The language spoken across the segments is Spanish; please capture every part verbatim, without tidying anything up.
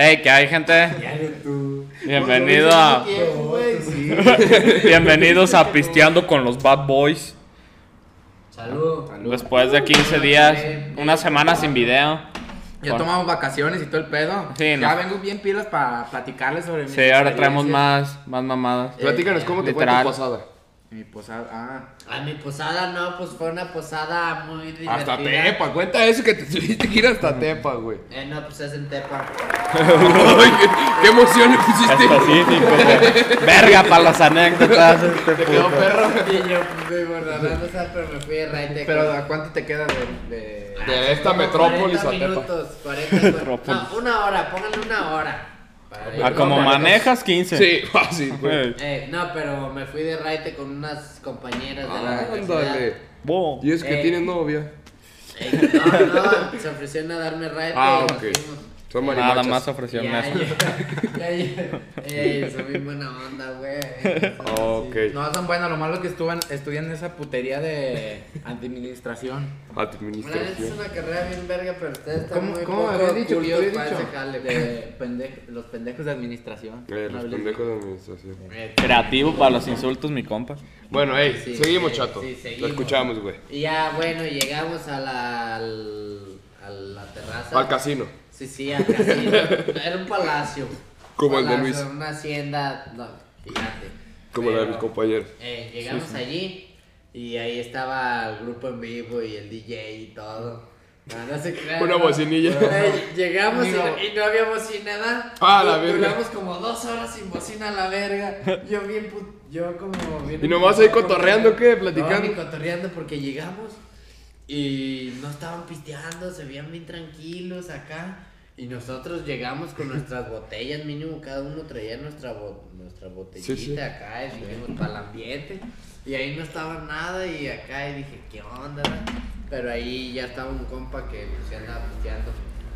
Hey, ¿qué hay, gente? Ya eres tú. Bienvenido a... Bienvenidos a Pisteando con los Bad Boys. Salud. Después de quince días, una semana sin video. Ya tomamos vacaciones y todo el pedo. Sí, ya no. vengo bien pilas para platicarles sobre mi Sí, ahora traemos experiencia. más, más mamadas. Platícanos cómo te fue Literal. tu posada. Mi posada, ah. A mi posada no, pues fue una posada muy divertida. Hasta Tepa, cuenta eso que te tuviste que ir hasta Tepa, güey. Eh, no, pues es en Tepa. Ay, qué, qué emoción le pusiste. Específico, güey. Verga para las anécdotas. Este Te quedó puto. perro. Y yo, pues, güey, guardando, o sea, pero me fui de raite. Pero ¿a cuánto te queda de...? de... De esta Como metrópolis a cuarenta Tepa. minutos, cuarenta, cuarenta. Metrópolis. No, una hora, pónganle una hora. Para ir. Ah, como manejas, quince. Sí, fácil, güey. Eh, no, pero me fui de raite con unas compañeras de la Ándale. universidad. Wow. Y es que Ey. tienes novia. Eh, no, no, se ofrecieron a darme raite. Ah, y nos ok. fuimos. Son Nada marimachas. más ofreció Ya, mezcla. ya, ya, Ey, soy bien buena onda, güey. Ok. No, son buenas, lo malo que estudian, estudian esa putería de administración. La neta es Administración. una carrera bien verga, pero ustedes están ¿Cómo, muy cómo me poco habías dicho que yo había cultos para dicho? ese jale, De pendej- los pendejos de administración. Eh, No los hablé. pendejos de administración. Eh, Creativo para los insultos, mi compa. Bueno, ey, Sí, seguimos, sí, chato. sí, Lo seguimos. escuchamos, güey. Y ya, bueno, llegamos a la, al, a la terraza. Al casino. Sí, sí, al casino. Era un palacio. Como el de Palacio, Luis. Una hacienda, no, gigante. Como la de Pero, mis compañeros. eh, llegamos allí y ahí estaba el grupo en vivo y el D J y todo. No, no se crean, Una no. bocinilla. Eh, llegamos y Amigo. no, y no había bocina nada. Ah, la Du- verga. Duramos como dos horas sin bocina a la verga. Yo bien put- yo como bien. ¿Y nomás ahí cotorreando, qué? Platicando. No, ni cotorreando porque llegamos y no estaban pisteando, se veían bien tranquilos acá. Y nosotros llegamos con nuestras botellas, mínimo cada uno traía nuestra, bo- nuestra botellita Sí, sí. acá y dijimos para el ambiente. Y ahí no estaba nada y acá y dije, ¿qué onda? ¿verdad? Pero ahí ya estaba un compa que pues, se andaba pisteando.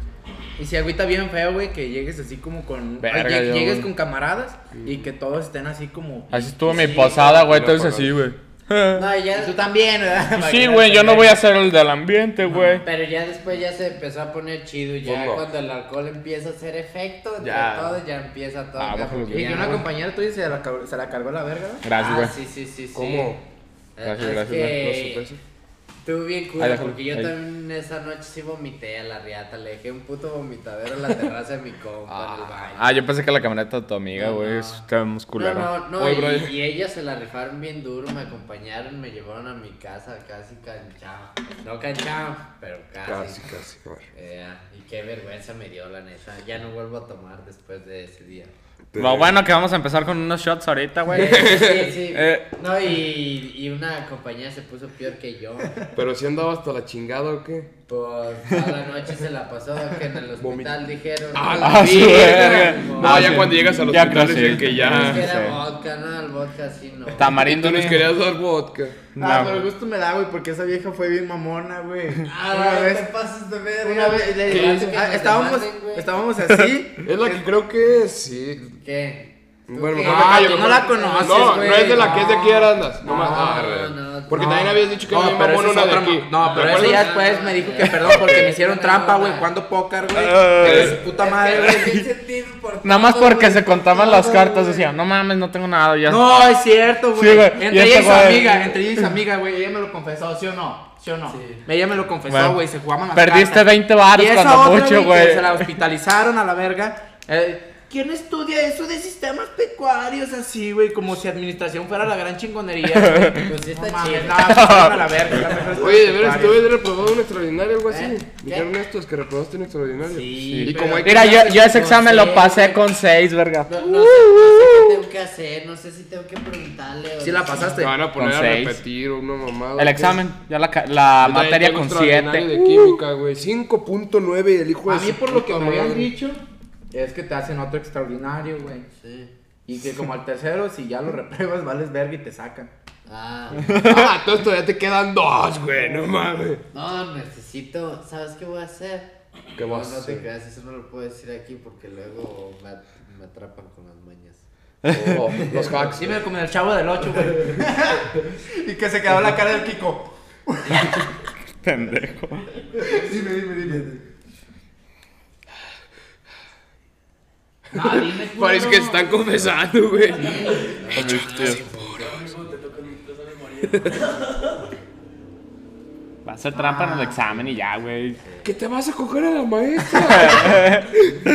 Y si agüita bien feo, güey, que llegues así como con... Verga, Ay, yo- llegues con camaradas y que todos estén así como... Así estuvo mi Sí, posada, güey. no, Entonces no, así, güey. No, y ya, Y tú también, ¿verdad? Sí, güey, yo no voy a ser el del ambiente, güey. pero ya después ya se empezó a poner chido. Ya ¿Cómo? cuando el alcohol empieza a hacer efecto entre Ya. todos, ya empieza todo. Ah, acá, bájalo, porque Y ya, que una güey. compañera tuya se la, car- se la cargó la verga, ¿no? Gracias, güey. Ah, sí, sí, sí, sí. ¿Cómo? Gracias, Es gracias, que ¿No supe eso? estuvo bien cool, Ahí déjalo, porque yo ahí. también esa noche sí vomité a la riata. Le dejé un puto vomitadero en la terraza de mi compa en el baño. Ah, yo pensé que la camioneta de tu amiga, No, güey. no. Está musculera. No, no, no, Oye, y, Brian. y ellas se la rifaron bien duro, me acompañaron, me llevaron a mi casa casi canchado. No canchado, pero casi. Casi, casi. a ver. Eh, y qué vergüenza me dio, la neta. Ya no vuelvo a tomar después de ese día. Lo bueno que vamos a empezar con unos shots ahorita, güey. Eh, sí, sí. Eh. No, y, y una compañía se puso peor que yo. Pero si andaba hasta la chingada o qué. Pues toda la noche se la pasó que en el hospital dijeron. Ah, no, la Ah, sí, verga. verga. No, Ah, ya sí. cuando llegas a los Ya hospitales creo, dicen sí. que es ya. que era sí. vodka, no, el vodka sí no. Tamarindo Tú les ni- querías dar vodka. No, Ah, pero güey. gusto me da, güey, porque esa vieja fue bien mamona, güey. Ah, una no vez, te pases de ver. una vez, le- ¿Qué? ah, estábamos, estábamos así. Es la que creo que es, sí. ¿Qué? ¿Tú Bueno, qué? ah, yo no creo- la conoces, No, güey. no es de la que es de aquí de Arandas. No, No, más. Ah, no, re. no. Porque No. también habías dicho que No, había pero mamón esa es una de otra aquí. ma- No, pero ¿Te ese ya acuerdas? después me dijo que perdón porque me hicieron trampa, güey, jugando póker, güey. Ay. De su puta madre, güey. Nada más todo, porque güey, se por contaban todo, las cartas, güey. decían, no mames, no tengo nada, ya. No, es cierto, güey. Sí, güey. Entre Y ella este y su güey- amiga, entre ella y su amiga, güey. Ella me lo confesó, ¿sí o no? ¿Sí o no? Sí. Ella me lo confesó, Bueno, güey. Se jugaban las perdiste cartas. veinte varos Y esa cuando otra, mucho, que güey. Se la hospitalizaron a la verga. Eh, ¿Quién estudia eso de sistemas pecuarios así, güey? Como si administración fuera la gran chingonería, güey. Pues sí está No mames, chido. no, pues a la verga. está mejor Oye, de estudios veras, tú pecuarios. habías reprobado un extraordinario o algo así. ¿Eh? Dijeron ¿Qué? estos que reprobaste un extraordinario. Sí, Y pero- como hay que Mira, yo, yo ese No examen sé, lo pasé güey. con seis, verga. No, no sé, no sé qué tengo que hacer, no sé si tengo que preguntarle o Sí no la sé. pasaste. te van a poner Con a seis. repetir una mamada. El examen, ya la, ca- la Yo también materia tengo con extraordinario siete. de química, güey. cinco punto nueve el hijo de A mí, su por lo que puta me habían madre. dicho, es que te hacen otro extraordinario, güey. Sí. Y que como al tercero, si ya lo repruebas, vales verga y te sacan. Ah, Ah, todo esto ya te quedan dos, güey. No mames. no, necesito, ¿sabes qué voy a hacer? ¿Qué vas no, a no te hacer? creas, eso no lo puedo decir aquí porque luego me, at- me atrapan con las mañas. Oh, los hacks. Dime como el chavo del ocho, güey. Y que se quedó la cara del Kiko. Pendejo. Dime, dime, dime. No, dime, culero. Parece que se están confesando, güey. Ocho, tío. Va a hacer trampa en el examen y ya, güey. ¿Que te vas a coger a la maestra?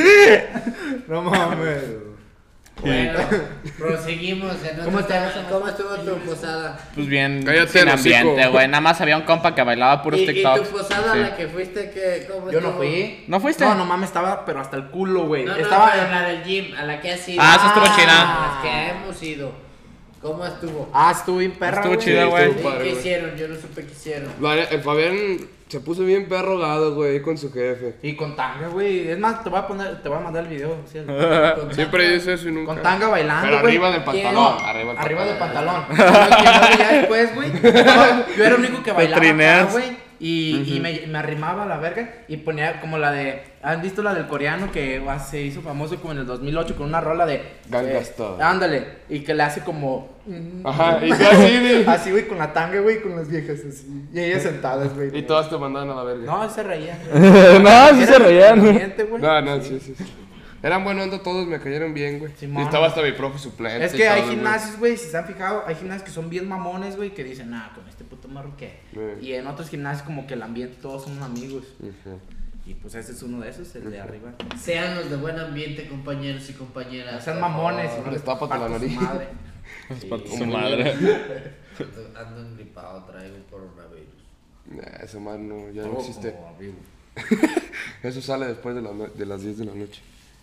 No mames. Bueno, proseguimos. En ¿Cómo otro estás? tema. ¿Cómo estuvo tu posada? Pues bien, Cállate, sin el hocico. ambiente, güey. Nada más había un compa que bailaba puros ¿Y, y TikToks. tu posada a Sí. la que fuiste, que, cómo Yo no estuvo? fui. ¿No fuiste? No, no mames, estaba pero hasta el culo, güey. No, no, Estaba pero la del gym, a la que has ido. Ah, esa estuvo A chida. las que hemos ido. ¿Cómo estuvo? Ah, estuvo bien perra, Estuvo güey. chida, Sí, güey. estuvo ¿Y padre, qué güey. hicieron? Yo no supe qué hicieron. La- El Fabián se puso bien perro gado, güey, con su jefe. Y con tanga, güey. Es más, te voy a poner, te voy a mandar el video. ¿Sí? Con Siempre tanga. dice eso y nunca. Con tanga bailando, Pero güey. arriba del ¿Quién? pantalón. No, Arriba del arriba del pantalón. pantalón. Yo llegaba ya después, güey. Yo, yo era el único que bailaba trineas. acá, güey. Y, y me, me arrimaba a la verga y ponía como la de... ¿Han visto la del coreano que ah, se hizo famoso como en el dos mil ocho con una rola de... Gangnam eh, Style. Ándale. Y que le hace como... Ajá, y tú así, de- Así, güey, con la tanga, güey, con las viejas así. Y ellas sentadas, güey. Y todas te mandaban a la verga. No, se reían. güey. No, sí Era se reían. ambiente, güey. No, no, sí, sí, sí. Eran buenos onda todos, me cayeron bien, güey. Simón. Y estaba hasta mi profe suplente. Es y que hay todo, güey. gimnasios, güey, si se han fijado, hay gimnasios que son bien mamones, güey, que dicen, ah, con este puto morro qué. Sí. Y en otros gimnasios como que el ambiente todos son amigos. Ujú. Y pues ese es uno de esos, el de arriba. Sean los de buen ambiente, compañeros y compañeras. No sean por mamones, favor. si no les Destápate la parto su nariz. madre. Parte Sí. su madre. Ando- Ando engripado, traigo coronavirus. Nah, esa madre no, ya no Todo existe. como amigo. Eso sale después de, la no- de las diez de la noche.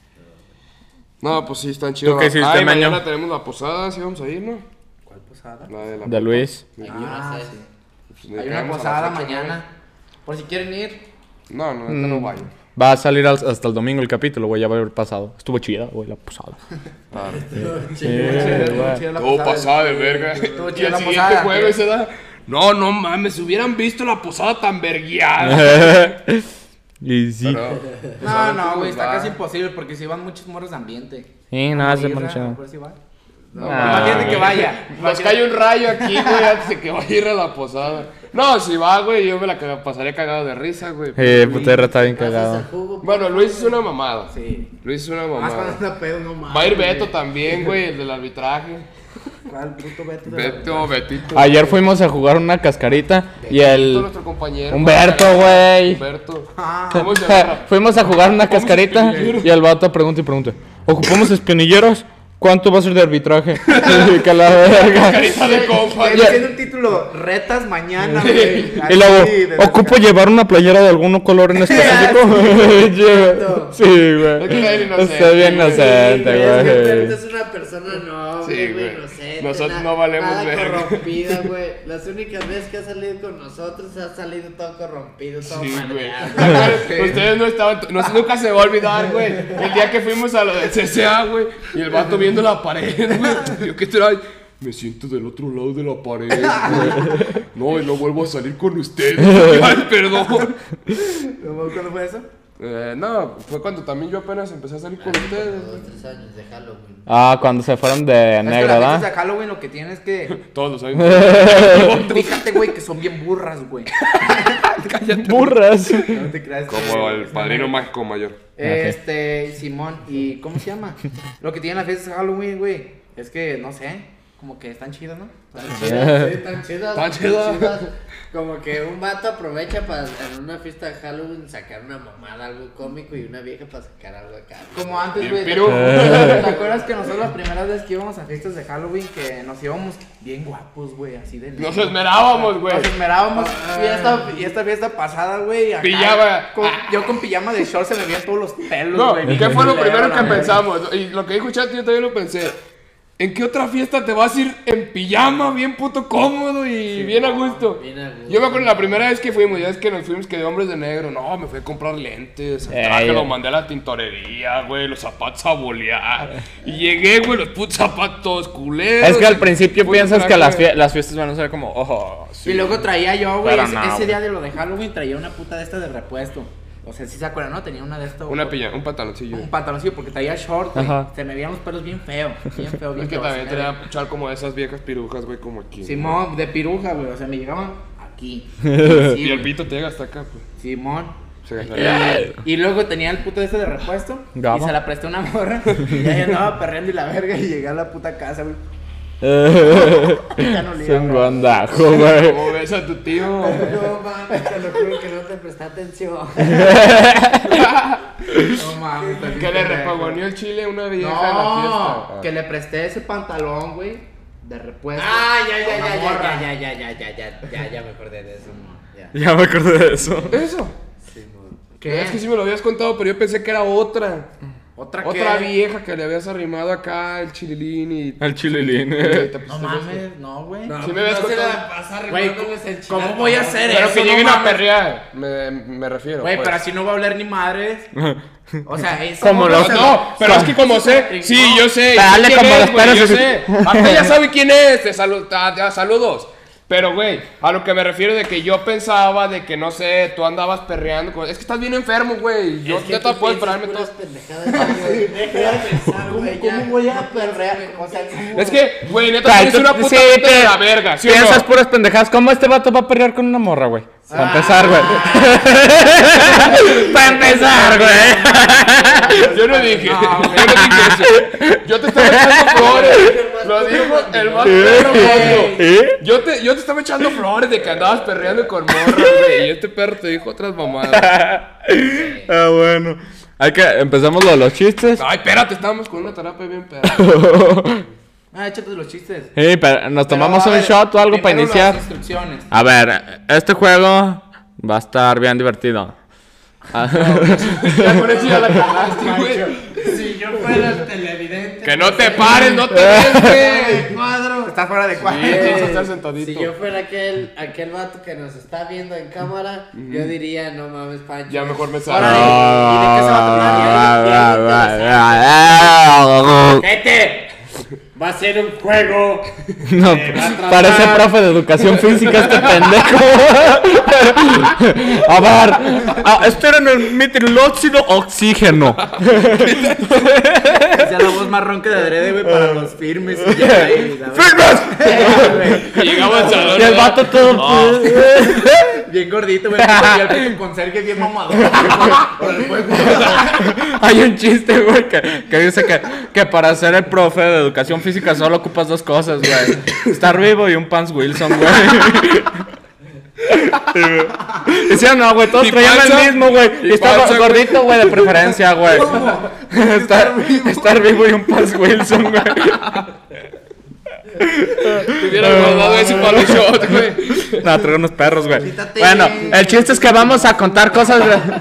No, pues sí, están chidos. ¿Tú qué hiciste, Ay, Meño? mañana tenemos la posada, sí vamos a ir, ¿no? ¿Cuál posada? La de la De Luis. Hay Ah, una sed. sí. Pues, Hay una llegamos a las posada ocho, mañana. Por si quieren ir. No, no, no, no vayan. Va a salir al- hasta el domingo el capítulo, güey, ya va a haber pasado. Estuvo chida, güey, la posada. Claro. Sí, Estuvo güey. chida la Todo posada. pasada de verga. Estuvo Y chida el la siguiente posada. jueves se da. No, no mames, hubieran visto la posada tan vergueada. Y sí. Pero, pues, a No, ver no, cómo güey, nos está va. casi imposible porque si van muchos morros de ambiente. Sí, nada, se Irra, pone a chido. ver si va. No, Ah, Imagínate que güey. vaya. Nos cae un rayo aquí, güey, antes de que vaya a ir a la posada. No, si va, güey, yo me la caga- pasaré cagado de risa, güey. Eh, puterra está bien ¿Pasas cagado. el jugo? Bueno, Luis es una mamada. Sí. Luis es una Más cuando mamada. anda pedo, no mames. Va a ir Beto también, güey, el del arbitraje. ¿Cuál puto Beto? de la- Beto, Betito. Ayer fuimos a jugar una cascarita y Betito, el... nuestro compañero. Humberto, güey. Humberto. Ah. ¿Cómo se llama? Fuimos a jugar una cascarita y el vato pregunta y pregunta, ¿ocupamos espinilleros? ¿Cuánto va a ser de arbitraje? Y que la verga. Carita de compa. Güey, tiene un título, retas mañana, güey. Y luego, Así, de las ¿ocupo ca- llevar una playera de algún color en específico? Lleva- sí, güey. Es que está bien inocente, Está bien güey. inocente, Sí, es que Humberto güey. es una persona noble, Sí, güey, güey. inocente. Nosotros na- no valemos nada verga. corrompida, güey. Las únicas veces que ha salido con nosotros ha salido todo corrompido, todo Sí, güey. madreado. Ustedes no estaban, no, nunca se va a olvidar, güey. El día que fuimos a lo del C C A, güey, y el vato viendo la pared, güey. Yo, ¿qué trae? Me siento del otro lado de la pared, güey. No, y no vuelvo a salir con ustedes. Ay, perdón. ¿Cuándo fue eso? Eh, no, fue cuando también yo apenas empecé a salir con ustedes. Dos, tres años de Halloween. Ah, cuando se fueron de Es que negro, las fiestas ¿verdad? de Halloween lo que tiene es que... Todos lo saben. Fíjate, güey, que son bien burras, güey. Burras. No te creas. Como el Es padrino una- mágico mayor. Este, Simón, ¿y cómo se llama? Lo que tienen las fiestas de Halloween, güey, es que, no sé, como que están chidas, ¿no? Tan chidas, sí, tan chidas. Tan chidas. Como que un vato aprovecha para en una fiesta de Halloween sacar una mamada, algo cómico, y una vieja para sacar algo acá. Como antes, Bien güey. ¿Te piru. ¿te acuerdas que nosotros las primeras veces que íbamos a fiestas de Halloween que nos íbamos bien guapos, güey, así de... Nos esmerábamos, güey. Nos esmerábamos. Y esta, y esta fiesta pasada, güey. acá, Pijama. con- yo con pijama de short se me veían todos los pelos, No, güey. ¿qué fue lo Culero, primero la que verga. pensamos? Y lo que dijo Chat, yo también lo pensé. ¿En qué otra fiesta te vas a ir en pijama, bien puto cómodo y bien a gusto? Bien a gusto. Yo me acuerdo la primera vez que fuimos, ya es que nos fuimos que de hombres de negro. No, me fui a comprar lentes, el traje Ey. lo mandé a la tintorería, güey, los zapatos a bolear. Y llegué, güey, los putos zapatos culeros. Es que al principio Puto piensas que traje. las, fie- las fiestas van a ser como, ojo, sí. Y luego traía yo, güey, Pero ese, no, ese güey. día de lo de Halloween traía una puta de estas de repuesto. O sea, si se acuerdan, ¿no? Tenía una de estas. Una pijama, un pantaloncillo. Un pantaloncillo porque traía short, güey. Ajá. Se me veían los pelos bien feo. Bien feo, bien Es que feo. también Se me tenía chal como de esas viejas pirujas, güey, como aquí. Simón, de piruja, güey. O sea, me llegaban aquí. Y Sí, el güey. pito te llega hasta acá, pues. Simón. Sí, salió. Y luego tenía el puto ese de repuesto. Gabo. Y se la presté a una morra. Y ahí andaba perreando y la verga. Y llegué a la puta casa, güey. Ya no le Es un iba, guandajo, güey. ¿Cómo ves a tu tío? No mames, te lo juro que no te presté atención. No mames. Que le pendejo. repagoneó el chile a una vieja en la No, fiesta. que le presté ese pantalón, güey. De repuesto. Ah, ya, ya, a una ya, morra. ya, ya, ya, ya, ya, ya, ya, ya me acordé de eso. Ya. Ya me acordé de eso. ¿Eso? Sí, mo. ¿Qué? Es que sí me lo habías contado, pero yo pensé que era otra. ¿Otra qué? Otra vieja que le habías arrimado acá el chililín y... El chililín. y te No pusiste mames, no, güey. No, Sí me pues habías no se contado. la pasa Güey, arreglándoles el ¿cómo chile, voy a no, hacer Pero eso? que no lleguen a mames. perrear, me, me refiero. Güey, pues. pero así no va a oler ni madres. O sea, eso. Como No, los- no, pero es que como sé, sí, yo sé, Dale yo sé quién como es, los güey, perros yo así. sé. Hasta ya sabe quién es, te salu- ta- ta- saludos. Pero, güey, a lo que me refiero de que yo pensaba de que, no sé, tú andabas perreando con... Es que estás bien enfermo, güey. Yo Es que neta tú puedo piensas esperarme todo. puras pendejadas, güey. Deja de pensar, güey, ya. ¿Cómo voy a perrear? O sea, ¿cómo? Es que, güey, neta, Ay, tienes tú- una puta sí, mente te- de la verga, ¿sí o Piensas no? puras pendejadas. ¿Cómo este vato va a pelear con una morra, güey? Para empezar, güey. Para empezar, güey. Yo no dije, No, yo no güey. dije eso. Yo te estaba echando flores. Lo dijo el más perro, güey. ¿Eh? Yo te, yo te estaba echando flores de que andabas perreando con morras, güey. Y este perro te dijo otras mamadas. Ah, bueno. Hay que... Empezamos lo de los chistes. Ay, espérate, estábamos con una terapia bien perra. Ah, échate los chistes. Sí, pero nos tomamos Pero, a un ver, shot o algo para primero iniciar. Las instrucciones. A ver, este juego va a estar bien divertido. Ah, Ya con eso ya la cagaste, güey. Si yo fuera el televidente. Que no te pares, no te des, güey. Cuadro. Está fuera de cuadro. Sí, tienes que estar sentadito. Si yo fuera aquel, aquel vato que nos está viendo en cámara, yo diría, no mames, Pancho. Ya mejor me Ahora, salgo. ¿y de qué se va a tratar? ¡Vete! Va a ser un juego. No, Eh, va a tratar- parece profe de educación física este pendejo. A ver, ah, esperen el mitrilóxido oxígeno. Ya la voz marrón que de adrede, güey, para los firmes. Y ya, y la- ¡Firmes! Y llegamos al salón. Y el vato todo. Bien gordito, güey. Y el puto conserje bien mamador. Hay un chiste, güey, que, que dice que, que para ser el profe de educación física solo ocupas dos cosas, güey. Estar vivo y un Pants Wilson, güey. Y sí o no, güey, todos ¿Y traían panza? el mismo, güey. ¿Y Y está panza, güey? gordito, güey, de preferencia, güey. Estar, estar vivo y un Pants Wilson, güey. Te hubieras guardado ese para los shots, güey. No, traigo unos perros, güey. Quítate. Bueno, el chiste es que vamos a contar cosas.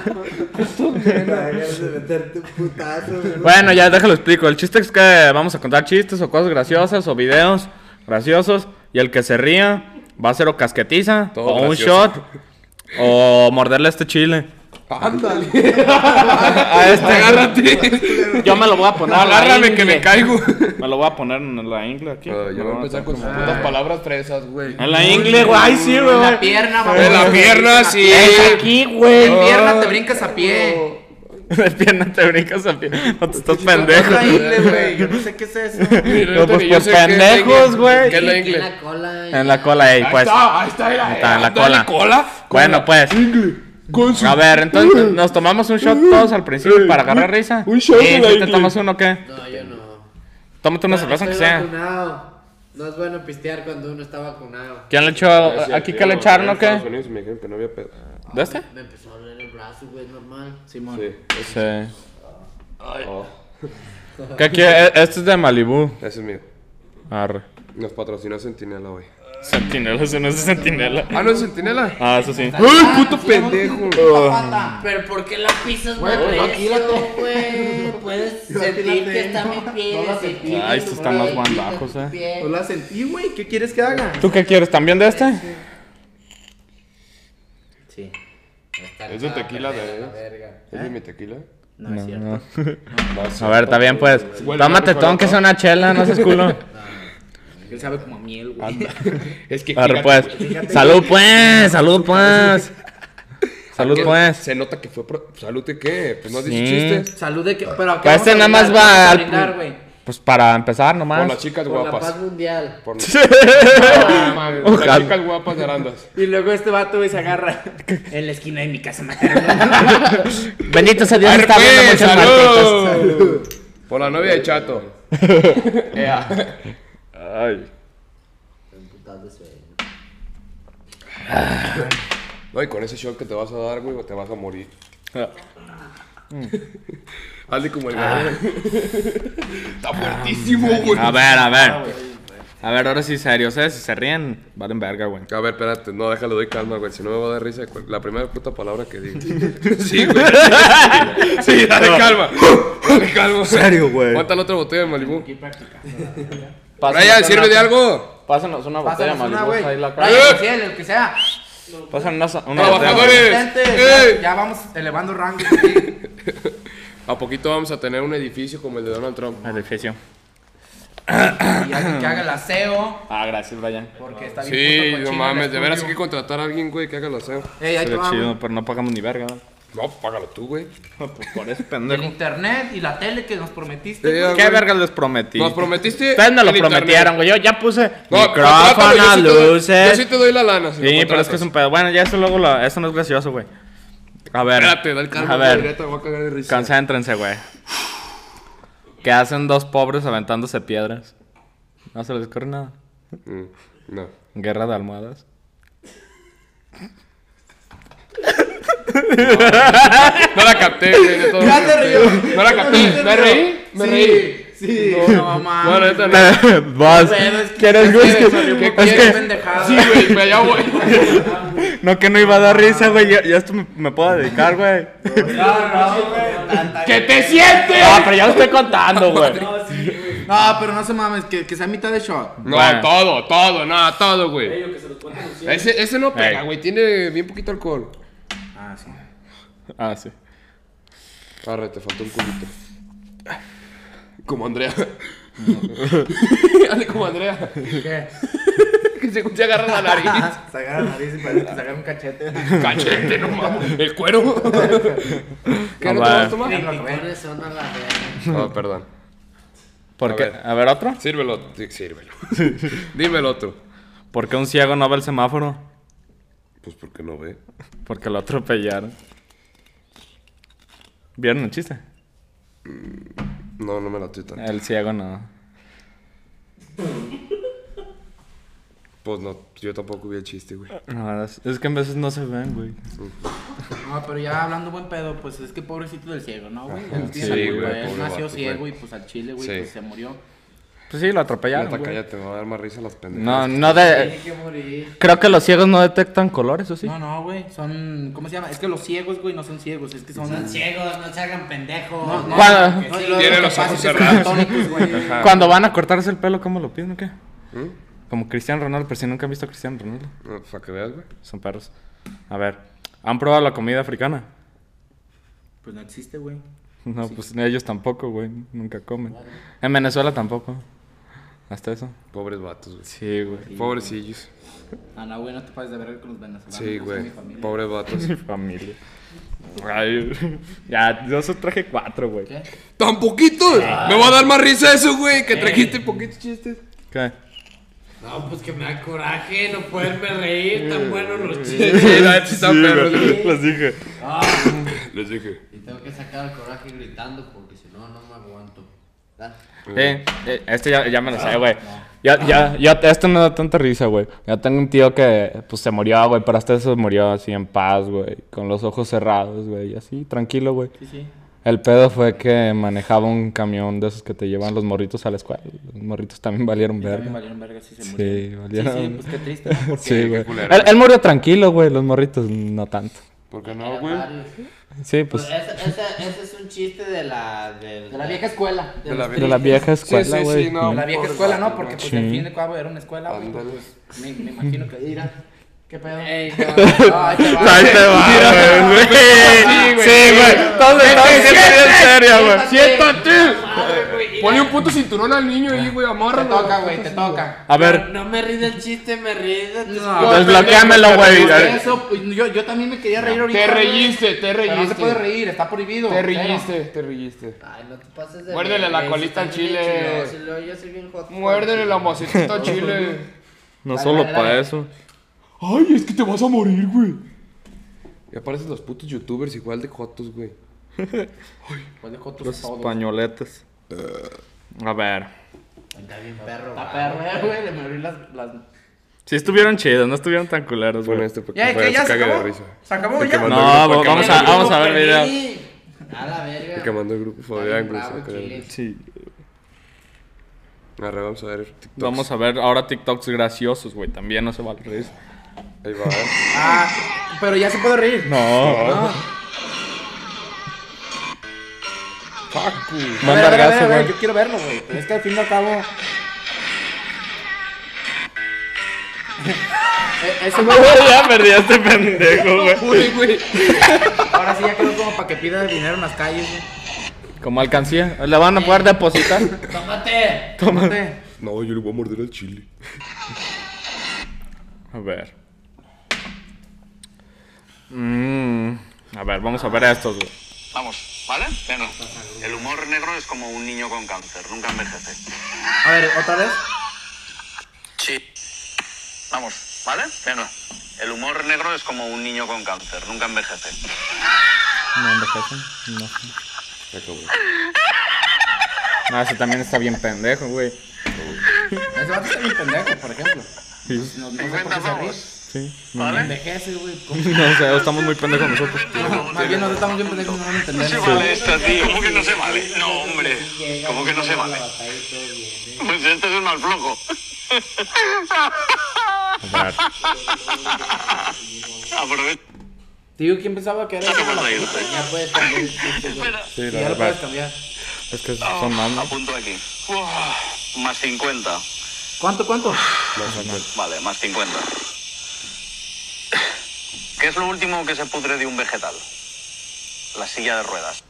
Bueno, ya déjalo explico. El chiste es que vamos a contar chistes o cosas graciosas o videos graciosos. Y el que se ría va a ser o casquetiza, Todo o un gracioso. shot, o morderle este chile. Ándale. A este, Agárrate. yo me lo voy a poner. en la Agárrame que me ingle. caigo. Me lo voy a poner en la ingle aquí. Ya voy a empezar con sus putas palabras fresas, güey. En la ingle, güey. Ay, sí, En güey. la pierna, mamá. En la pierna, sí. Es aquí, güey. En pierna te brincas a pie. De pierna te brincas a pie. No te estás Es pendejo. la ingle, güey. Yo no sé qué es eso. No, pues por pendejos, güey. ¿Qué es la Aquí ingle? en la cola. En la cola, ey, Ahí pues. está, ahí está, era, Ahí está, en la dale, cola. cola. Bueno, pues. Con su... A ver, entonces nos tomamos un shot todos al principio para agarrar risa. Un shot ¿Y de la si te ingle. tomas uno o qué? No, yo no. Tómate una cerveza que Estoy sea. vacunado. No es bueno pistear cuando uno está vacunado. ¿Quién le echó? ¿Aquí qué le echaron o qué? Estados Unidos me dijeron que no había pedo. ¿De este? Me empezó a doler el brazo, güey, normal. Simón. Sí. Sí. Oh, ¿Qué quiere? Este es de Malibu. ese es mío. Arre. Nos patrocinó Sentinela hoy. Sentinela, ese no es de Sentinela. Ah, ¿no es Sentinela? Ah, eso sí. ¡Ay, puto pendejo! Pero ¿por qué la pisas Güey, más pues, recio, aquílate. güey? Puedes Yo aquí la sentir que tengo. está mi piel. No la sentir sentí. Ay, tu estos están más piel, guandajos, tu eh. piel. No la sentí, güey. ¿Qué quieres que haga? ¿Tú qué quieres? ¿También de este? Sí. Está Es de acá, tequila, pendeja, de- la verga. ¿Es de mi tequila? No, es cierto. No. No, es A ver, está bien, pues. Huele Tómate rico, todo, ¿no? que sea una chela, no seas culo. Él sabe como a miel, güey. Es que Arre, fíjate, pues. güey. Salud, pues. Salud, pues. Salud, Que pues. Se nota que fue. Pro... ¿Salud de qué? Pues no has dicho Sí. chistes. Salud de que. Pero acá Pues este nada más va al- brindar, güey. Pues para empezar Por nomás. las chicas Por la guapas. paz mundial. Por, no, mames, por las Ojalá. chicas guapas de Arandas. Y luego este vato, güey, se agarra en la esquina de mi casa materna. Bendito sea Dios, ¡Ay, está viendo pues, muchas marquitas. salud! Por la novia de Chato. Ea. Ay. Emputado de sueño. No, y con ese shock que te vas a dar, güey, te vas a morir. Hazle como el gallo. Está fuertísimo, güey. A ver, a ver. A ver, ahora sí, serios, ¿eh? Si se ríen, valen verga, güey. A ver, espérate, no, déjalo, doy calma, güey. Si no me va a dar risa la primera puta palabra que digo. Sí, güey. Sí, dale calma. Dale calma. Serio, güey. Aguanta la otra botella de Malibu. Aquí practicando. Brian, ¿sirve de algo? Pásanos una botella de Pásanos una, Malibu, güey. ahí la Brian, cara. el cielo, el que sea. Pásanos una, una Trabajadores. botella. Asistentes, ¡Ey! ya, ya vamos elevando rangos aquí. A poquito vamos a tener un edificio como el de Donald Trump. El edificio. Y alguien que haga el aseo. Ah, gracias, Brian. Porque está bien Sí, puto no cochino mames, el de veras hay que estudio. contratar a alguien, güey, que haga el aseo. Ey, ahí te Sería va, chido, güey. pero no pagamos ni verga. No, págalo tú, güey. Pues por eso, El pendejo. internet y la tele que nos prometiste. Sí, güey. ¿Qué güey. verga les prometí? Nos prometiste. Ustedes me lo el internet. prometieron, güey. Yo ya puse No, contrátalo, yo micrófono, sí te doy- luces. Yo sí te doy la lana. Si Sí, lo pero es contratas. que es un pedo. Bueno, ya eso luego lo... Eso no es gracioso, güey. A ver. Espérate, da el calma, A güey, ver. ya te voy a cagar de risa. Concéntrense, güey. ¿Qué hacen dos pobres aventándose piedras? No se les ocurre nada. Mm, no. Guerra de almohadas. No la capté, güey. neta, no la Ya te capté. río. No la capté. ¿Me reí? ¿Me reí? Sí, no, mamá. No, neta, no. Vas. Pero es que- ¿Quieres, ¿qué güey? Es quieres, que- Mario? ¿Qué es quieres? que- pendejada. Sí, güey, pero ya voy. No, que no iba a dar risa, güey. Ya, ya esto me, me puedo dedicar, güey. No, no, güey. ¡Que te sientes! No, pero ya lo estoy contando, güey. No, pero no se mames, que, que sea mitad de shot. No, Bueno. todo, todo, no, todo, güey. Ese, ese no pega, Ey. güey. Tiene bien poquito alcohol. Ah, sí. Ah, sí. Arre, te faltó un culito. Como Andrea. Dale como Andrea. ¿Qué? Que se se agarra la nariz. Se agarra la nariz y parece que se agarra un cachete. Cachete, no mames. El cuero. ¿Qué No no te va. vas a tomar? Criticones son a la verga. No, perdón. ¿Por A qué? ver. A ver, ¿otro? Sírvelo, sí, sírvelo. Dime el otro. ¿Por qué un ciego no ve el semáforo? Pues porque no ve. Porque lo atropellaron. ¿Vieron el chiste? No, no me la estoy tanto. El ciego no. Pues no, yo tampoco vi el chiste, güey. No, es, es que en veces no se ven, güey. No, pero ya hablando buen pedo, pues es que pobrecito del ciego, ¿no, güey? Él Sí, tiene la culpa, güey, Él pobre nació vato, ciego güey. y pues al chile, güey, Sí. pues se murió. Pues sí, lo atropellaron, Neta, güey. cállate, me va a dar más risa las pendejas. No, no de... Tiene que morir. Creo que los ciegos no detectan colores, ¿o sí? No, no, güey, son... ¿Cómo se llama? Es que los ciegos, güey, no son ciegos, es que son... Son ciegos, no se hagan pendejos. No, no, ¿Cuándo? que sí, Tiene que los pasa ojos es que son cerrados. daltónicos, güey. Ajá. Cuando van a cortarse el pelo, ¿cómo lo piden o qué? ¿Mm? Como Cristiano Ronaldo, pero si nunca han visto a Cristiano Ronaldo. No, para que veas, güey. Son perros. A ver, ¿han probado la comida africana? Pues no existe, güey. No, pues ellos tampoco, güey. Nunca comen. En Venezuela tampoco. Hasta eso. Pobres vatos, güey. Sí, güey. Pobrecillos. Ah, no, güey, no te pases de ver con los venezolanos. Sí, no son güey. mi familia. Pobres vatos. Mi familia. Ay, ya, yo solo traje cuatro, güey. ¿Qué? ¡Tan poquitos! Me va a dar más risa eso, güey. Que trajiste poquitos chistes. ¿Qué? No, pues que me da coraje no poderme reír, tan buenos los Sí, chistes. la neta sí están perros, güey. Les dije. Ah, Les dije. y tengo que sacar el coraje gritando porque si no, no me aguanto. ¿Verdad? Eh, eh, este ya, ya me lo sé, güey. Ya, ya, ya, esto no da tanta risa, güey. Ya tengo un tío que, pues, se murió, güey, pero hasta eso murió así en paz, güey. Con los ojos cerrados, güey, y así, tranquilo, güey. Sí, sí. El pedo fue que manejaba un camión de esos que te llevan los morritos a la escuela. Los morritos también valieron Y también verga. valieron verga si se Sí, murieron. valieron. Sí, sí, pues qué triste, ¿no? Porque Sí, güey. culero. Él, él murió tranquilo, güey, los morritos no tanto. ¿Por qué no, Eran güey? varios. Sí, Pues pues, ese, ese, ese es un chiste de la... De, de la vieja escuela. De la, de la vieja Sí, escuela, sí, güey. sí, no. De la vieja pobres escuela, ¿no? vatos, Porque güey. pues Sí. al fin de cabo era una escuela, güey. Ándale. Pues, me, me imagino que mira. ¿Qué pedo? Ey, no. Ay, te va. ahí te va, güey. Sí, güey. Sí, güey. Todos estamos siendo bien serio, güey. ¡Siéntate! Madre, güey, y Ponle un puto cinturón al niño ahí, güey, Te amárralo. toca, güey, te toca. A ver, No, no me ríes del chiste, me ríes de tus No, desbloquéamelo, güey. Por eso, pues, yo, yo también me quería reír ahorita. Te güey. reíste, te Pero reíste. no se puede reír, está prohibido. Te cero. reíste, te reíste. Ay, no te pases de Muérdele verga, la y colita si al están bien chile. chilosos, y luego yo soy bien hot. Muérdele la macetita al chile. no Dale, solo dale, para dale. eso. Ay, es que te vas a morir, güey. Y aparecen los putos youtubers igual de jotos, güey. Pues de jotos Los todos. españoletes. A ver. Está bien perro. Está va, perro, güey. eh, güey, le me abrí las... las... Sí estuvieron chidos, no estuvieron tan culeros, Bueno, güey. este porque Ya, fue- ¿qué? ¿Ya se cague de acabó? risa. ¿Se acabó El ya? que mandó No, el grupo, el que vamos mandó a, el vamos a ver Perdí. video. A la verga. El que mandó el grupo Está Fabián, bien güey. bravo, se acaba de- Chile. Sí. Arre, vamos a ver TikTok. Vamos a ver ahora TikToks graciosos, güey. También no se vale reír. Ahí va, eh. Ah, pero ya se puede reír. No. No. Facu. A ver, Manda a ver, a ver, gaso, a ver, güey. yo quiero verlo, güey. Pero es que al fin y al cabo. Eh, Ese güey, Ya perdí a este pendejo, güey. Uy, güey. ahora sí ya quedó como para que pida dinero en las calles, güey. Como alcancía. ¿Le van a poder depositar? ¡Tómate! Tómate. No, yo le voy a morder al chile. A ver. Mm, a ver, vamos a ver estos, güey. Vamos, ¿vale? Venga. El humor negro es como un niño con cáncer, nunca envejece. A ver, ¿otra vez? Sí. Vamos, ¿vale? Venga. El humor negro es como un niño con cáncer, nunca envejece. No envejecen. No sé. Se acabó. No, ese también está bien pendejo, güey. Ese vato está bien pendejo, por ejemplo. Sí. No, no sé por cincuenta qué se ríe. pavos, Sí. No, ¿vale? Envejece, güey. ¿Cómo? no sé, estamos muy pendejos nosotros. Más bien nosotros estamos bien pendejos, no lo No se entendemos. vale esto, tío. ¿Cómo que no se vale? No, hombre. ¿Cómo que no se vale? Pues este es un mal flojo. A ver. Aprovecha Tío, ¿quién pensaba que era eso? para reírte. Ya puedes cambiar el chiste, güey. Espera. Sí, Ya la lo puedes verdad. cambiar. Es que son más, ¿no? Apunto aquí. Uf, más cincuenta. ¿Cuánto, cuánto? Vale, más cincuenta. ¿Qué es lo último que se pudre de un vegetal? La silla de ruedas.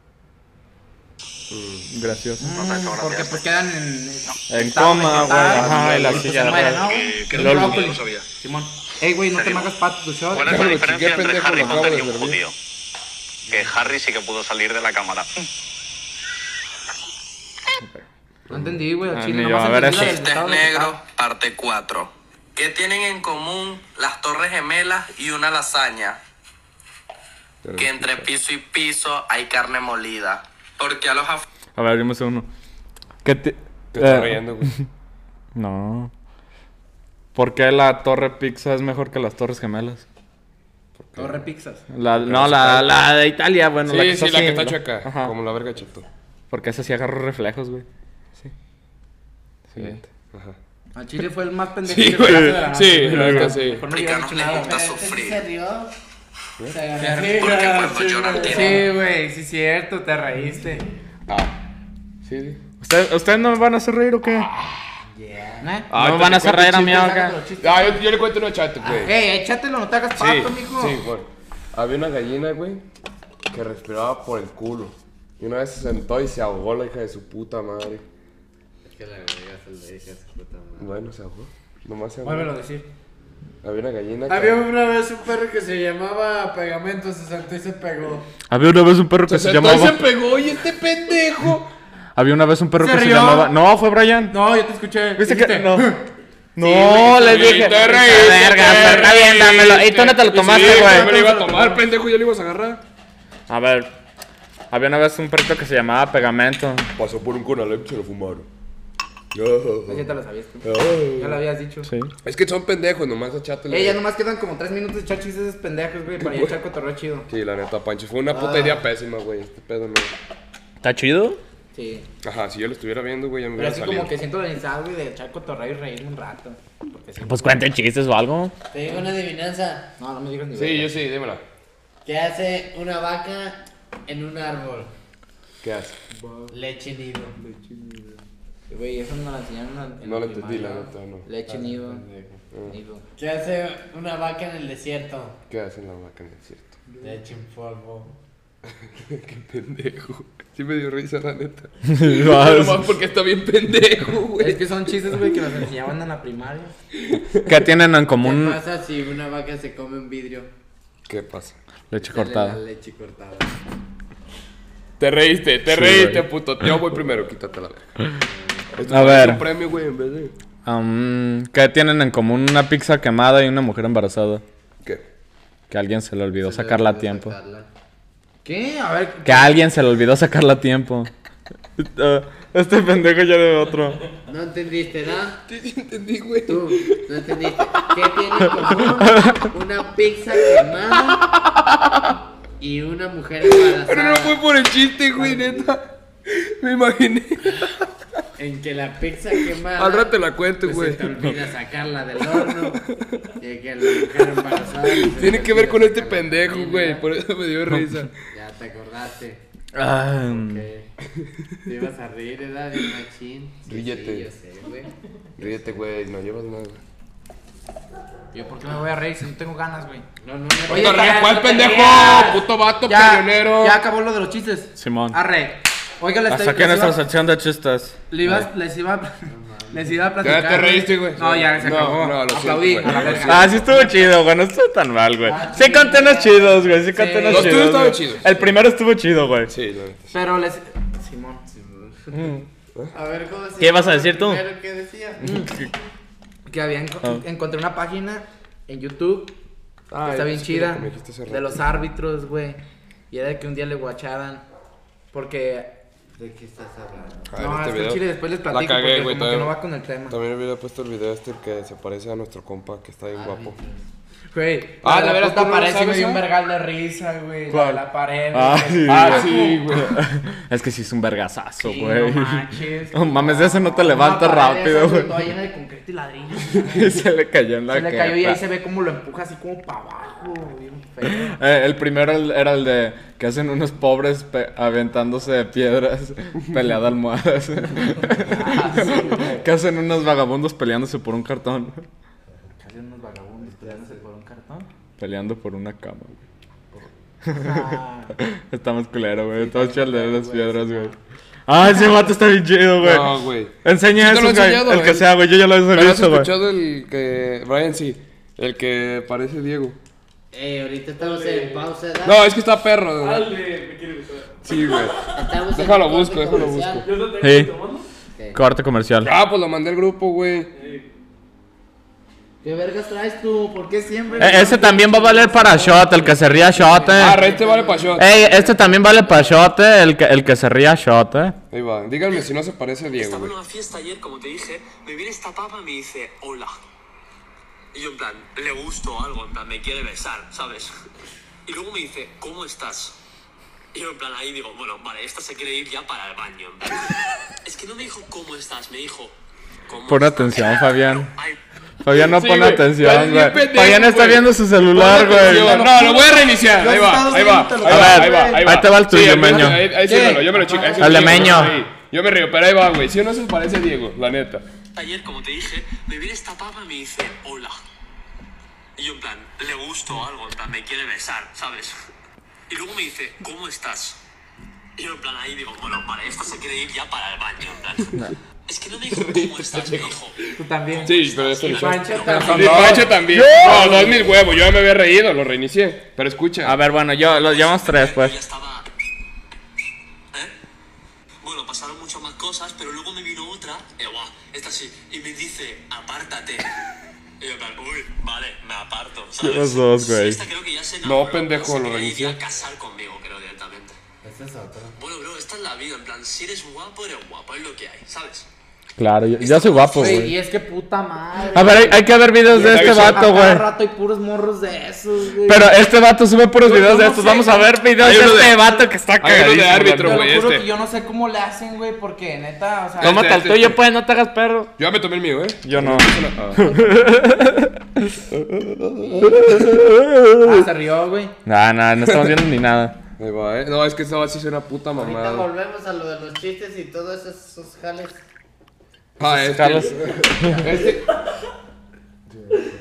Gracioso. No te ha hecho Porque gracia. pues quedan en... En estado coma, güey. vegetal, Ajá, y la pues, silla se de muere, ruedas. ¿no? Eh, que Un no, brócoli. no lo sabía. Simón. Ey, güey, no te Serio. me hagas pato tu shot. ¿Cuál es Ya la lo diferencia chingué, entre pendejo, Harry lo acabo Potter de y un servir. judío? Que Harry sí que pudo salir de la cámara. No entendí, güey, Ah, al chile. ni nomás yo, a ver, entendí la ese. del Chistes estado negros, vegetal. parte cuatro. ¿Qué tienen en común las torres gemelas y una lasaña? Que entre piso y piso hay carne molida. Porque a los af- A ver, dime uno. ¿Qué te... Te estás eh, riendo, güey. No. ¿Por qué la Torre Pizza es mejor que las Torres Gemelas? Torre pizzas. La, no, la, la de Italia, bueno, Sí, la que sí, está la que así, está ¿no? chueca. Ajá. Como la verga cheto. Porque esa sí agarró reflejos, güey. Sí. Siguiente. Ajá. Al chile fue el más pendejo Sí, que güey. pegaste de la Sí, noche, la güey. neta, sí. Mejor no hubiera Africanos dicho les nada. gusta Pero este sí sufrir. se rió. Se agarró. Sí, Porque güey, cuando sí, lloran güey. tienen- Sí, güey, sí es cierto, te reíste. Ah. Sí, sí. ¿Usted- ¿Ustedes no me van a hacer reír o qué? ¿Eh? Ah, ¿No me te van a hacer cuento reír a mí chistes, acá? Sácate los chistes. Ah, yo, yo le cuento unos chatos, güey. Ey, échatelo, no te hagas Sí, pato, mijo. sí, bueno. Había una gallina, güey, que respiraba por el culo. Y una vez se sentó y se ahogó la hija de su puta madre. Es que la verga se le dije a su puta madre. Bueno, se ahogó. Nomás se ahogó. Vuélvelo a decir. Había una gallina que... Había una vez un perro que se llamaba Pegamento, se saltó y se pegó. Había una vez un perro que Se se, sentó y llamaba... se pegó y este pendejo. Había una vez un perro Se que se rió. llamaba... No, fue Brian. No, yo te escuché. ¿Viste que...? Dijiste, No. No, le Sí, dije... te reíste, Verga, te está bien, dámelo. ¿Y tú no te lo Sí, tomaste, sí, güey? me lo iba a tomar, pendejo, ya lo ibas a agarrar. A ver. Había una vez un perrito que se llamaba Pegamento. Pasó por un Conalep y se lo fumaron. Pues ya te lo sabías tú. Ya lo habías dicho. Sí. Es que son pendejos, nomás achátelo. Ey, ya nomás quedan como tres minutos de echar chistes de esos pendejos, güey, para ir a echar cotorreo chido. Sí, la neta, Pancho, fue una puta idea pésima, güey. Este pedo no. ¿Está chido? Sí. Ajá, si yo lo estuviera viendo, güey, ya me Pero hubiera así salido. como que siento la necesidad, güey, de echar cotorreo y reírme un rato. Porque sí. Pues cuenten chistes o algo. Te digo una adivinanza. No, no me digas ni Sí, verga. yo sí, dímela. ¿Qué hace una vaca en un árbol? ¿Qué haces? Leche nido. Güey, eso no la enseñaron en No la lo entendí, la primaria. neta, no. Leche nido. Ah. Nido. ¿Qué hace una vaca en el desierto? ¿Qué hace la vaca en el desierto? Leche en polvo. Qué pendejo. Sí me dio risa, la neta. Ah, Nomás porque está bien pendejo, güey. Es que son chistes, güey, que nos enseñaban en la primaria. ¿Qué tienen en ¿Qué común? pasa si una vaca se come un vidrio? ¿Qué pasa? Leche Sale cortada. La leche cortada. Te reíste, te Sí, reíste, güey. puto. Yo voy primero, quítate la verga. Esto A parece ver. un premio, güey, en vez de... Um, ¿Qué tienen en común una pizza quemada y una mujer embarazada? ¿Qué? Que a alguien se le olvidó Se le sacarla a olvidó tiempo. sacarla. ¿Qué? A ver. Que a alguien se le olvidó sacarla a tiempo. Ah, este pendejo ya de otro. No entendiste, ¿no? Sí, entendí, güey. Tú, no entendiste. ¿Qué tiene en común una pizza quemada y una mujer embarazada? Pero no fue por el chiste, güey, neta. Me imaginé. En que la pizza quemada. Al rato te la cuento, pues, güey. se te olvida sacarla del horno. Y que la mujer embarazada. pues, se Tiene te que ver olvida con este sacarla pendejo, también, güey. ¿verdad? Por eso me dio risa. Ya te acordaste. Ah, Que te ibas a reír, ¿verdad? De machín. Sí, Ríete. Sí, yo sé, güey. Ríete, güey, no llevas nada. ¿Yo por qué me voy a reír si no tengo ganas, güey? No, no, no. Oye, Puto ya, re- ¿Cuál no te pendejo? rías. Puto vato, Ya, peleonero. ya acabó lo de los chistes. Simón. Arre. Oiga, les, Hasta les aquí iba- nuestra sección de chistes. le iba- les iba les iba a platicar. Ya te reíste, güey. No, ya se No, acabó. no, lo Aplaudí. siento, a la güey. verga. Ah, sí estuvo chido, güey. No estuvo tan mal, güey. Ah, Sí conté unos chidos, güey. Sí conté unos Los chidos. tuyos estaban güey. chidos. El primero estuvo chido, güey. Sí, la neta. Pero les Simón. A ver, ¿cómo se ¿Qué ibas a llama decir el tú? primero que decía? Que había enco- Ah. encontré una página en YouTube Ah, que está bien sí, que chida lo que me dijiste hace de rato. los árbitros, güey. Y era de que un día le guacharan porque ¿De qué estás hablando? A ver, no, este está video. chile, después les La platico cagué, porque güey, como que también. no va con el tema. También hubiera puesto el video este que se parece a nuestro compa, que está bien guapo. Güey, Ah, la ¿de veras puta tú no lo pared sí me sabes, dio un eh? vergal de risa, güey. ¿Cuál? La, la pared. Ah, güey. sí, Ah, güey. sí, güey. Es que sí es un vergazazo, Sí, güey. no manches. No mames, de eso no te levantas Una pared rápido, esa, güey. Toda llena de concreto y ladrillos. Y se le cayó en la Se le cayó y ahí jeta. se ve cómo lo empuja así como para abajo. Bien feo. Eh, el primero el- era el de que hacen unos pobres pe- aventándose piedras, pelea de almohadas. Que hacen unos vagabundos peleándose por un cartón. Casi unos vagabundos peleándose por un cartón. Peleando por una cama, güey. Ah, Está más culero, güey. Todo chido el de las piedras, güey. Ah, ese vato está bien chido, güey. No, güey. Enseña Sí te lo eso, he güey. enseñado, El que güey. sea, güey. Yo ya lo he ¿Pero has visto, güey. escuchado el que... Brian, sí. El que parece Diego. Eh, ahorita estamos en pausa, ¿verdad? No, es que está perro. güey. Dale, me quiere besar. Sí, güey. Estamos en Déjalo un corte busco, déjalo comercial. busco. Yo no tengo Sí. tomando. ¿Qué? Corte comercial. Ah, pues lo mandé al grupo, güey. ¿Qué vergas traes tú? ¿Por qué siempre? Eh, ese también va a valer para shot, el que se ría shot, Ah, eh. este vale para shot. Ey, este también vale para shot, eh. El que, el que se ría shot, eh. Ahí va. Díganme si no se parece a Diego, Estaba güey. en una fiesta ayer, como te dije, me viene esta papa y me dice, hola. Y yo en plan, le gusto o algo, en plan, me quiere besar, ¿sabes? Y luego me dice, ¿cómo estás? Y yo en plan ahí digo, bueno, vale, esta se quiere ir ya para el baño. En plan. Es que no me dijo, ¿cómo estás? Me dijo, ¿cómo Pon estás? atención, Fabián. Ay, Fabián no Sí, pone güey. atención, Estás bien güey. pendejo, Fabián está güey. viendo su celular, Pon güey. atención. No, lo voy a reiniciar. Ahí va, ahí va. A Ahí ver, va, ahí va, ahí va. ahí te va el tuyo, Sí, Meño. Ahí, ahí sí ¿Qué? me lo, yo me lo chico. ese El de sí, Meño. ahí. Yo me río, pero ahí va, güey. Si o no se parece a Diego, la neta. ayer, como te dije, me viene esta papa y me dice, hola. Y yo en plan, le gusto o algo, en plan, me quiere besar, ¿sabes? Y luego me dice, ¿cómo estás? Y yo en plan ahí digo, bueno, vale, esta se quiere ir ya para el baño, en plan. Es que no me dijo, ¿cómo estás? Me dijo, tú también. Sí, pero esto lo Pancho Sí, también. Pancho también. No, dos mil huevos. Yo ya me había reído, lo reinicié. Pero escucha. A ver, bueno, yo los llevamos tres, yo pues. ya estaba... ¿Eh? Bueno, pasaron muchas más cosas, pero luego me vino otra, y guau, esta sí, y me dice, apártate. Y yo en plan, uy, vale, me aparto, ¿sabes? Los dos, güey. Esta creo que ya se No, enamoró, pendejo, se lo quería reinicié. ir a casar conmigo, creo, directamente. Esta es otra. Bueno, bro, esta es la vida, en plan, si eres guapo, eres guapo, es lo que hay, ¿sabes? Claro, yo, yo soy guapo, Güey, güey. y es que puta madre. A ver, hay, hay que ver videos de Ya este avisó. vato, A cada güey. rato hay puros morros de esos, güey. Pero este vato sube puros Yo- videos yo de no estos. sé, Vamos a yo- ver videos Hay de uno de- este vato que está hay uno de cagadísimo. árbitro, Te güey. güey. lo juro este. que yo no sé cómo le hacen, güey, porque neta, o sea. Tómate el Este, tuyo, este. pues, no te hagas perro. Yo ya me tomé el mío, ¿eh? Yo no. Ah, se rió, güey. Nah, nah, no estamos viendo ni nada. Ahí va, ¿eh? No, es que esta va a ser una puta Ahorita mamada. volvemos a lo de los chistes y todos esos, esos jales. Ah, este. Carlos. Este.